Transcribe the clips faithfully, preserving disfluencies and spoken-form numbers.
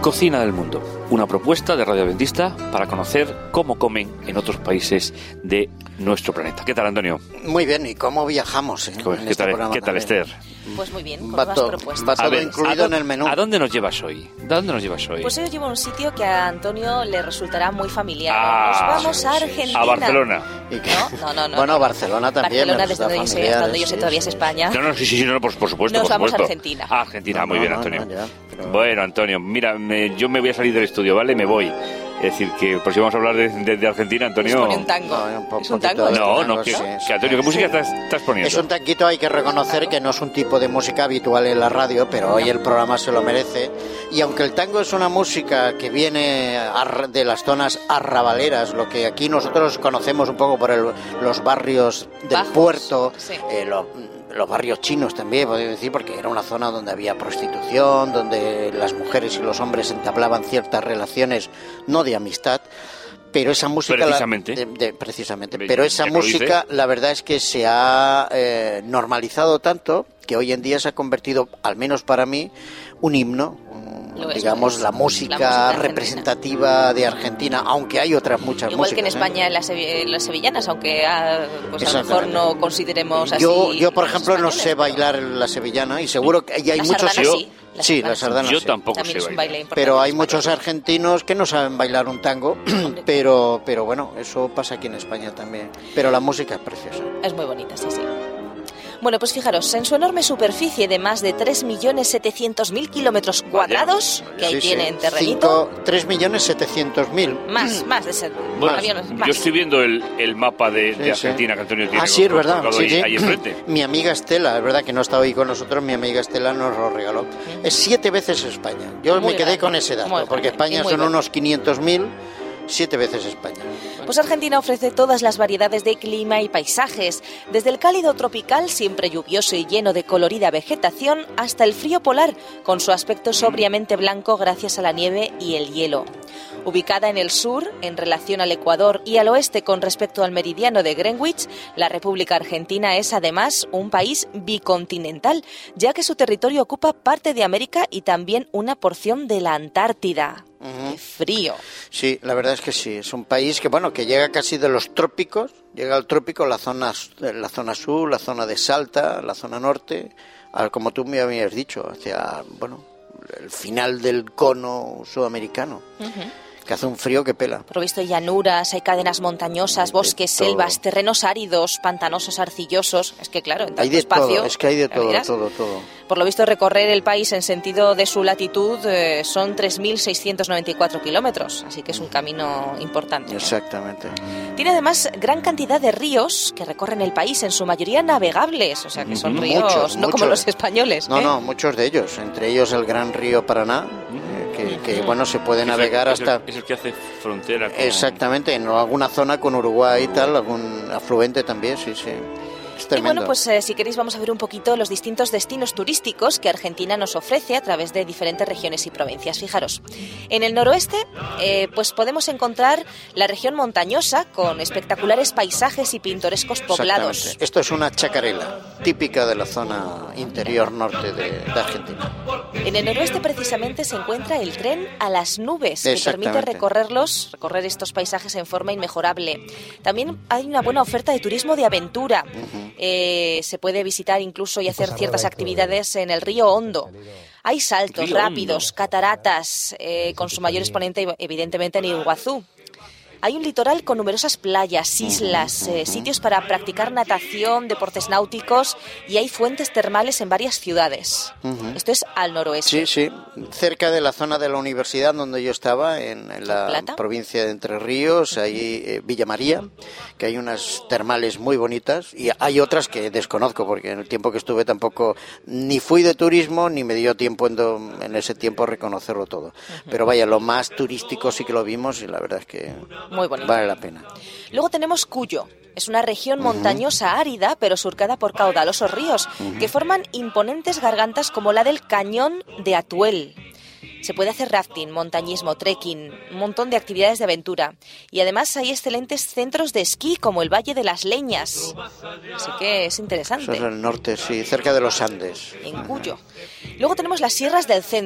Cocina del Mundo, una propuesta de Radio Adventista para conocer cómo comen en otros países de nuestro planeta. ¿Qué tal, Antonio? Muy bien, ¿y cómo viajamos? Eh, pues, en ¿Qué este tal, programa ¿qué tal Esther? Pues muy bien, con va nuevas to, propuestas. Va todo ver, incluido en el menú. ¿A dónde nos llevas hoy? ¿A dónde nos llevas hoy? Pues hoy os llevo a un sitio que a Antonio le resultará muy familiar. Ah, Nos vamos sí, a sí, Argentina. A Barcelona. ¿Y qué? No, no, no. no bueno, no. Barcelona también. Barcelona, me desde resulta donde yo sé, familiar, hasta donde yo sé, sí, todavía sí. es España. No, no, sí, sí, sí, no, por, por supuesto, Nos por vamos a supuesto. Argentina. Ah, Argentina, No, muy no, bien, no, Antonio. no, ya, pero- Bueno, Antonio, mira, me- yo me voy a salir del estudio, ¿vale? Me voy. Es decir, que por si vamos a hablar de, de, de Argentina, Antonio... Nos pone un tango. No, un po- es un poquito tango. de- No, tango, no, que, sí, que, sí. Antonio, ¿qué música Sí. estás, estás poniendo? Es un tanquito, hay que reconocer que no es un tipo de música habitual en la radio, pero hoy el programa se lo merece. Y aunque el tango es una música que viene ar- de las zonas arrabaleras, lo que aquí nosotros conocemos un poco por el- los barrios del Bajos, puerto, sí. eh, lo- los barrios chinos también, podría decir, porque era una zona donde había prostitución, donde las mujeres y los hombres entablaban ciertas relaciones, no de amistad, pero esa música... Precisamente. La, de, de- precisamente. Ve- Pero esa ya que lo música, dices. la verdad es que se ha eh, normalizado tanto que hoy en día se ha convertido, al menos para mí, un himno, un- Lo es, digamos, lo es. la La música música argentina. representativa de Argentina, aunque hay otras muchas Igual músicas. que en ¿eh? España en las, sevi- en las sevillanas, aunque ah, pues a lo mejor Exactamente. no consideremos así. Yo, yo por los ejemplo, no españoles, sé pero bailar la sevillana y seguro que y hay la muchos... sardana sí. La Sí, sardana la sardana Yo sí. tampoco También sé es un bailar. baile importante. Pero en hay España. muchos argentinos que no saben bailar un tango, pero, pero bueno, eso pasa aquí en España también. Pero la música es preciosa. Es muy bonita, sí, sí. Bueno, pues fijaros, en su enorme superficie de más de tres millones setecientos mil kilómetros cuadrados, que ahí Sí, tiene sí. en terrenito, tres millones setecientos mil. más, más de ese. Bueno, aviones, más. yo estoy viendo el, el mapa de, Sí, de sí. Argentina que Antonio tiene Ah, sí, es verdad. colocado Sí, ahí, sí. ahí enfrente. Mi amiga Estela, es verdad que no está hoy con nosotros, mi amiga Estela nos lo regaló. Es siete veces España. Yo Muy me quedé grande, con ese dato, muy porque grande, España y muy son bueno. unos quinientos mil, siete veces España. Pues Argentina ofrece todas las variedades de clima y paisajes, desde el cálido tropical, siempre lluvioso y lleno de colorida vegetación, hasta el frío polar, con su aspecto sobriamente blanco gracias a la nieve y el hielo. Ubicada en el sur, en relación al Ecuador, y al oeste con respecto al meridiano de Greenwich, la República Argentina es además un país bicontinental, ya que su territorio ocupa parte de América y también una porción de la Antártida. Ujú. ¡Qué frío! Sí, la verdad es que sí. Es un país que, bueno, que llega casi de los trópicos, llega al trópico, la zona, la zona sur, la zona de Salta, la zona norte, al- como tú me habías dicho, hacia, bueno, el final del cono sudamericano, que hace un frío que pela. Provisto de llanuras, hay cadenas montañosas, bosques, todo. selvas, terrenos áridos, pantanosos, arcillosos. Es que claro, en tanto Hay de espacio... todo, es que hay de ya todo, verás. todo, todo. Por lo visto, recorrer el país en sentido de su latitud eh, son tres mil seiscientos noventa y cuatro kilómetros, así que es un camino importante. ¿no? Exactamente. Tiene además gran cantidad de ríos que recorren el país, en su mayoría navegables, o sea que son Ujú, ríos muchos, no como muchos. los españoles. No, ¿eh? no, muchos de ellos, entre ellos el gran río Paraná, eh, que, que, bueno, se puede Es el- navegar es el- hasta... Es el que hace frontera con... Exactamente, en alguna zona con Uruguay y tal, algún afluente también, sí, sí. Es Y tremendo. bueno, pues eh, si queréis vamos a ver un poquito los distintos destinos turísticos que Argentina nos ofrece a través de diferentes regiones y provincias. Fijaros, en el noroeste eh, pues podemos encontrar la región montañosa con espectaculares paisajes y pintorescos poblados. Exactamente. Esto es una chacarela, típica de la zona interior norte de, de Argentina. En el noroeste precisamente se encuentra el tren a las nubes, que permite Exactamente. recorrerlos, recorrer estos paisajes en forma inmejorable. También hay una buena oferta de turismo de aventura. Eh, se puede visitar incluso y hacer ciertas actividades en el río Hondo. Hay saltos Río rápidos, Hondo. cataratas, eh, con su mayor exponente evidentemente en Iguazú. Hay un litoral con numerosas playas, islas, eh, sitios para practicar natación, deportes náuticos y hay fuentes termales en varias ciudades. Esto es al noroeste. Sí, sí, cerca de la zona de la universidad donde yo estaba, en, en la ¿Plata? provincia de Entre Ríos, ahí eh, Villa María, que hay unas termales muy bonitas y hay otras que desconozco porque en el tiempo que estuve tampoco ni fui de turismo ni me dio tiempo en, do- en ese tiempo reconocerlo todo. Pero vaya, lo más turístico sí que lo vimos y la verdad es que Muy bonito. vale la pena. Luego tenemos Cuyo. Es una región montañosa árida, pero surcada por caudalosos ríos, que forman imponentes gargantas como la del Cañón de Atuel. Se puede hacer rafting, montañismo, trekking, un montón de actividades de aventura. Y además hay excelentes centros de esquí, como el Valle de las Leñas. Así que es Eso interesante. es el norte, sí, cerca de los Andes. En Cuyo. Luego tenemos las sierras del centro,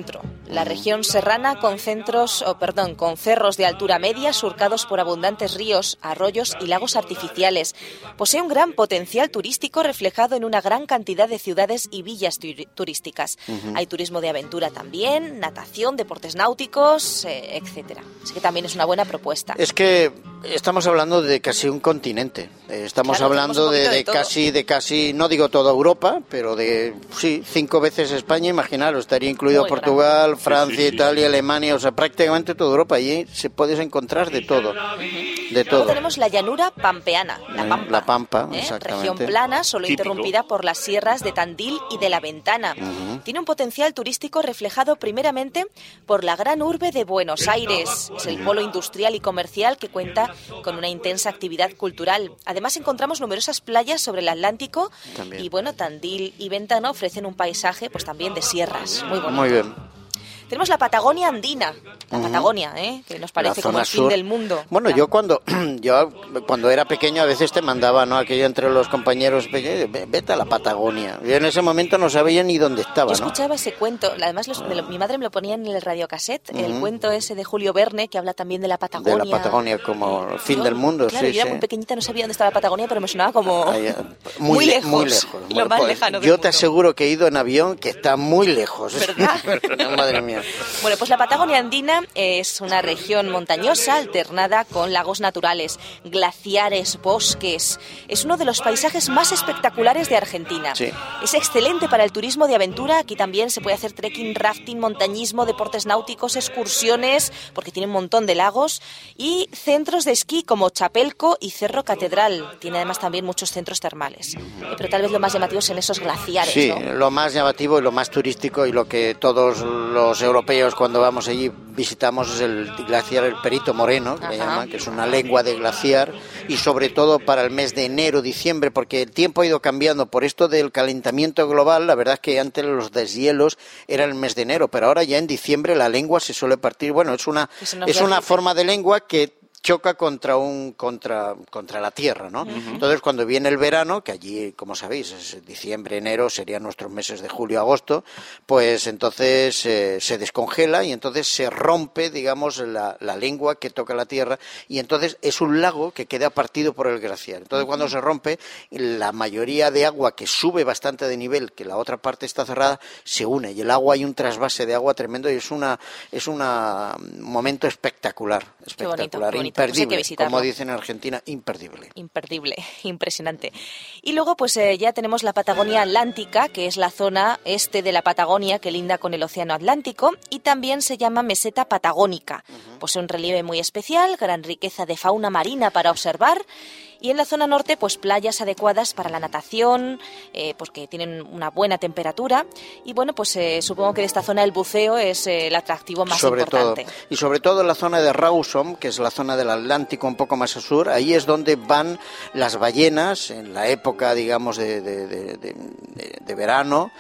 La región serrana con centros, oh, perdón, con cerros de altura media surcados por abundantes ríos, arroyos y lagos artificiales. Posee un gran potencial turístico reflejado en una gran cantidad de ciudades y villas tur- turísticas. Uh-huh. Hay turismo de aventura también, natación, deportes náuticos, eh, etcétera. Así que también es una buena propuesta. Es que estamos hablando de casi un continente. Estamos claro, hablando de, de, de casi, de casi, no digo toda Europa, pero de sí, cinco veces España, imaginaros, estaría incluido Muy Portugal, grande. Francia, sí, sí, Italia, sí. Alemania, o sea, prácticamente toda Europa. Allí se puedes encontrar de todo. Uh-huh. De todo. Luego tenemos la llanura pampeana, la Pampa. La Pampa, ¿eh? exactamente. Región plana, solo Típico. interrumpida por las sierras de Tandil y de La Ventana. Uh-huh. Tiene un potencial turístico reflejado primeramente por la gran urbe de Buenos Aires. Es el polo industrial y comercial que cuenta con una intensa actividad cultural. Además encontramos numerosas playas sobre el Atlántico también. Y bueno, Tandil y Ventana ofrecen un paisaje pues también de sierras. Muy bonito. Muy bien. Tenemos la Patagonia andina, la uh-huh. Patagonia, ¿eh? Que nos parece como el fin del mundo. Bueno, claro. yo cuando yo cuando era pequeño a veces te mandaba, ¿no? Aquello entre los compañeros, vete a la Patagonia. Yo en ese momento no sabía ni dónde estaba, Yo escuchaba ¿no? ese cuento, además los, me lo, mi madre me lo ponía en el radiocassette, uh-huh. el cuento ese de Julio Verne que habla también de la Patagonia. De la Patagonia como el fin yo, del mundo, claro, sí, yo era sí. muy pequeñita, no sabía dónde estaba la Patagonia, pero me sonaba como Ay, muy, muy lejos. Muy lejos. Lo bueno, más pues, lejano del Yo mundo. te aseguro que he ido en avión que está muy lejos. ¿Verdad? Madre mía. Bueno, pues la Patagonia andina es una región montañosa alternada con lagos naturales, glaciares, bosques. Es uno de los paisajes más espectaculares de Argentina. Sí. Es excelente para el turismo de aventura. Aquí también se puede hacer trekking, rafting, montañismo, deportes náuticos, excursiones, porque tiene un montón de lagos, y centros de esquí como Chapelco y Cerro Catedral. Tiene además también muchos centros termales. Eh, pero tal vez lo más llamativo es en esos glaciares, Sí, ¿no? Lo más llamativo y lo más turístico y lo que todos los europeos cuando vamos allí visitamos es el glaciar el Perito Moreno, que le llaman, que es una lengua de glaciar, y sobre todo para el mes de enero, diciembre, porque el tiempo ha ido cambiando por esto del calentamiento global. La verdad es que antes los deshielos eran el mes de enero, pero ahora ya en diciembre la lengua se suele partir. Bueno, es una es una forma de lengua que choca contra un contra contra la tierra, ¿no? Uh-huh. Entonces, cuando viene el verano, que allí, como sabéis, es diciembre, enero, serían nuestros meses de julio, agosto, pues entonces eh, se descongela y entonces se rompe, digamos, la, la lengua que toca la tierra, y entonces es un lago que queda partido por el glaciar. Entonces, uh-huh. cuando se rompe, la mayoría de agua que sube bastante de nivel, que la otra parte está cerrada, se une, y el agua, hay un trasvase de agua tremendo, y es una es una, un momento espectacular, espectacular. Qué bonito, qué bonito. Imperdible, pues como dicen en Argentina, imperdible. Imperdible, impresionante. Y luego pues eh, ya tenemos la Patagonia Atlántica, que es la zona este de la Patagonia que linda con el Océano Atlántico, y también se llama meseta patagónica. Uh-huh. Posee un relieve muy especial, gran riqueza de fauna marina para observar, y en la zona norte pues playas adecuadas para la natación, eh, porque tienen una buena temperatura, y bueno, pues eh, supongo que de esta zona el buceo es eh, el atractivo más sobre importante. Todo. Y sobre todo en la zona de Rawson, que es la zona del Atlántico un poco más al sur, ahí es donde van las ballenas en la época, digamos, de, de, de, de, de verano,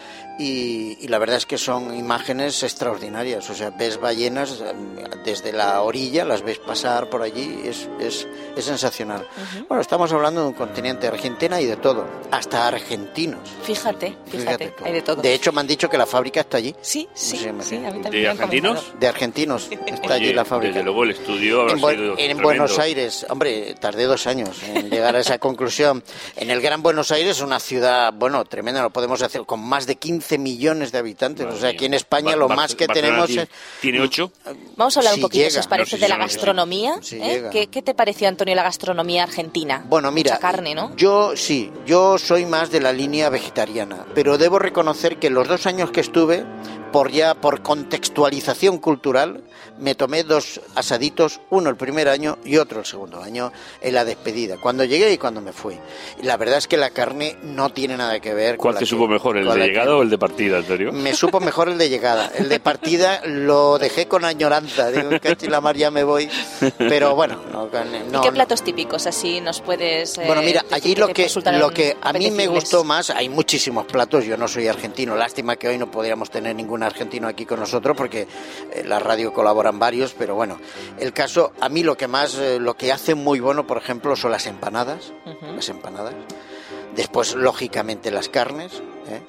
y, y la verdad es que son imágenes extraordinarias. O sea, ves ballenas desde la orilla, las ves pasar por allí, es, es, es sensacional. Uh-huh. Bueno, estamos hablando de un continente, Argentina, y de todo, hasta argentinos. Fíjate, fíjate, fíjate hay de todo. De hecho, me han dicho que la fábrica está allí. Sí, sí, sí, sí, a mí también ¿De argentinos? De argentinos, está Oye, allí la fábrica. Desde luego el estudio habrá en, bu- sido en Buenos Aires, hombre, tardé dos años en llegar a esa conclusión. En el Gran Buenos Aires, una ciudad, bueno, tremenda, lo podemos hacer con más de quince millones de habitantes. Madre o sea, aquí en España ba- lo más que tenemos tiene, es... ¿Tiene ocho? Vamos a hablar si un poquito, llega. si os parece, no, si de la no, gastronomía. Si ¿eh? ¿Qué, ¿Qué te pareció, Antonio, la gastronomía argentina? Bueno, mira, mucha carne, ¿no? Yo sí, yo soy más de la línea vegetariana, pero debo reconocer que los dos años que estuve, por ya por contextualización cultural, me tomé dos asaditos, uno el primer año y otro el segundo año en la despedida, cuando llegué y cuando me fui. La verdad es que la carne no tiene nada que ver con ¿Cuál la te que, supo mejor, el de llegada que... o el de partida, Antonio? Me supo mejor el de llegada. El de partida lo dejé con añoranza, digo, que la mar ya me voy, pero bueno. No, no, ¿Y qué platos típicos así nos puedes eh, Bueno, mira, allí lo que, lo que a mí me apetecibles? gustó más, hay muchísimos platos, yo no soy argentino, lástima que hoy no podríamos tener ningún argentino aquí con nosotros porque en la radio colaboran varios, pero bueno, el caso, a mí lo que más, eh, lo que hace muy bueno, por ejemplo, son las empanadas, uh-huh. las empanadas, después, lógicamente, las carnes, ¿eh?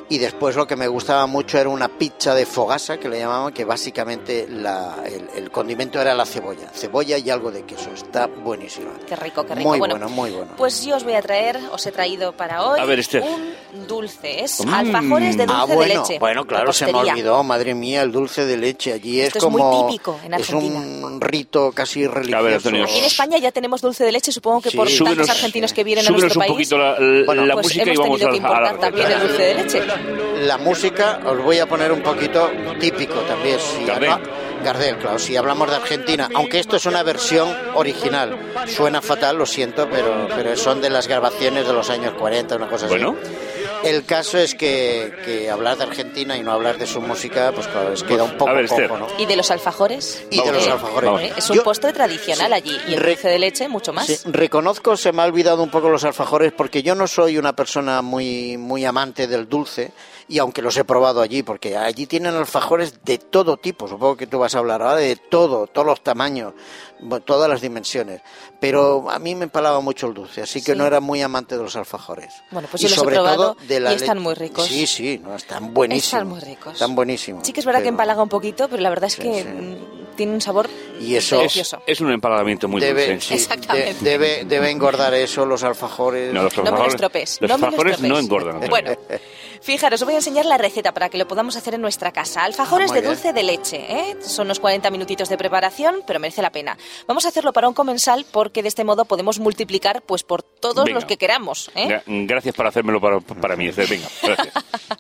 Y después lo que me gustaba mucho era una pizza de fogasa, que le llamaban, que básicamente la, el, el condimento era la cebolla. Cebolla y algo de queso. Está buenísima. Qué rico, qué rico. Muy bueno, bueno, muy bueno. Pues yo os voy a traer, os he traído para hoy a ver, Esther. un dulce. Es Mm. alfajores de dulce ah, bueno, de leche. Bueno, claro, se me olvidó. Madre mía, el dulce de leche. Allí Esto es es muy como... típico en Argentina. Es un rito casi religioso. A ver, Antonio. Aquí en España ya tenemos dulce de leche, supongo que Sí. por Súbenos- tantos argentinos que vienen a Súbenos nuestro un país. poquito la, la- Bueno, la pues música y hemos vamos tenido que a, a la importar también el dulce de leche. La música os voy a poner un poquito típico también. Si Gardel. habla- Gardel, claro. Si hablamos de Argentina, aunque esto es una versión original, suena fatal, lo siento, pero, pero son de las grabaciones de los años cuarenta, una cosa Bueno. así. El caso es que, que hablar de Argentina y no hablar de su música, pues claro, les queda un poco a ver, Esther. cojo, ¿no? ¿Y de los alfajores? Y de los Eh, alfajores. eh, Es un Yo- postre tradicional sí, allí. Y el re- dulce de leche, mucho más. Sí, reconozco, se me ha olvidado un poco los alfajores porque yo no soy una persona muy, muy amante del dulce, y aunque los he probado allí, porque allí tienen alfajores de todo tipo, supongo que tú vas a hablar ahora de todo, todos los tamaños, bueno, todas las dimensiones, pero a mí me empalaba mucho el dulce, así que Sí. no era muy amante de los alfajores. Bueno, pues Y yo los he sobre probado todo de la y están le- muy ricos. Sí, sí, no, están buenísimos. Están muy ricos. Están buenísimos. Sí que es verdad que pero empalaga un poquito, pero la verdad es Sí, que sí. mm, tiene un sabor Y eso- delicioso. Es un empalagamiento muy Debe, dulce. sí, Exactamente. de- debe, debe engordar eso, los alfajores. No, los No me lo alfajores- estropees. Los no me lo alfajores estropees. no engordan. Bueno, fijaros, os voy a enseñar la receta para que lo podamos hacer en nuestra casa. Alfajores Ah, muy de bien. dulce de leche, ¿eh? Son unos cuarenta minutitos de preparación, pero merece la pena. Vamos a hacerlo para un comensal porque de este modo podemos multiplicar pues por todos Venga. los que queramos, ¿eh? Gra- Gracias por hacérmelo para, para mí, Esther. Venga, gracias.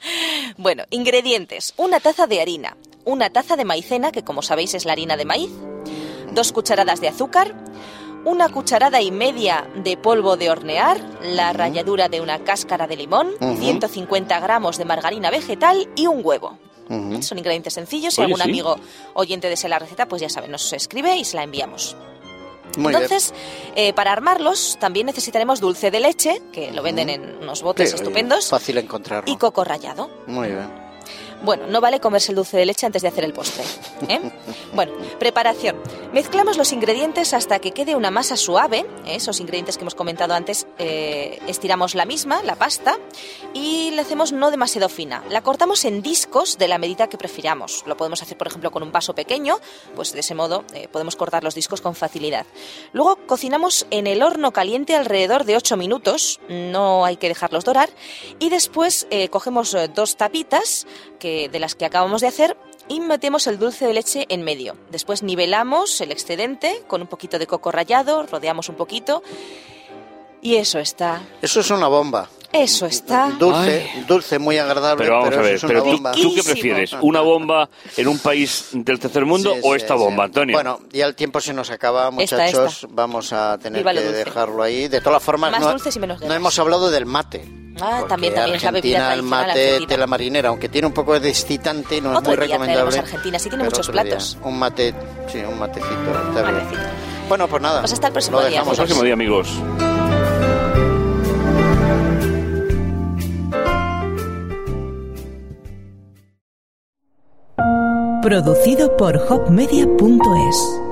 Bueno, ingredientes. Una taza de harina, una taza de maicena, que como sabéis es la harina de maíz, dos cucharadas de azúcar, una cucharada y media de polvo de hornear, la ralladura de una cáscara de limón, Ujú. ciento cincuenta gramos de margarina vegetal y un huevo. Ujú. Son ingredientes sencillos. Si Oye, algún sí. amigo oyente desea la receta, pues ya saben, nos escribe y se la enviamos. Muy Entonces, eh, para armarlos también necesitaremos dulce de leche, que lo venden en unos bien. botes Sí, estupendos, Fácil encontrarlo. y coco rallado. Muy bien. Bueno, no vale comerse el dulce de leche antes de hacer el postre, ¿eh? Bueno, preparación. Mezclamos los ingredientes hasta que quede una masa suave. ¿eh? Esos ingredientes que hemos comentado antes, eh, estiramos la misma, la pasta, y la hacemos no demasiado fina. La cortamos en discos de la medida que prefiramos. Lo podemos hacer, por ejemplo, con un vaso pequeño, pues de ese modo eh, podemos cortar los discos con facilidad. Luego cocinamos en el horno caliente alrededor de ocho minutos, no hay que dejarlos dorar, y después eh, cogemos eh, dos tapitas que de las que acabamos de hacer y metemos el dulce de leche en medio. Después nivelamos el excedente con un poquito de coco rallado, rodeamos un poquito y eso está. Eso es una bomba. Eso está. Dulce, dulce, muy agradable, Pero vamos pero a ver, eso es pero una tú, bomba. ¿tú qué Riquísimo. prefieres? ¿Una bomba en un país del tercer mundo Sí, o sí, esta sí. bomba, Antonio? Bueno, ya el tiempo se nos acaba, Esta, muchachos. esta. Vamos a tener Viva lo que dulce. dejarlo ahí. De todas formas, Más no, dulces y menos no guerras. hemos hablado del mate. Ah, porque también, también es la bebida Argentina, el tradicional mate argentina. de la marinera, aunque tiene un poco de excitante y no Otro es muy día recomendable. traeremos Argentina, sí tiene pero muchos otro día. platos. Un mate, sí, un matecito, está bien. Matecito. Bueno, pues nada. Pues hasta el próximo lo día, dejamos Hasta el próximo día, amigos. Producido por hopmedia punto es.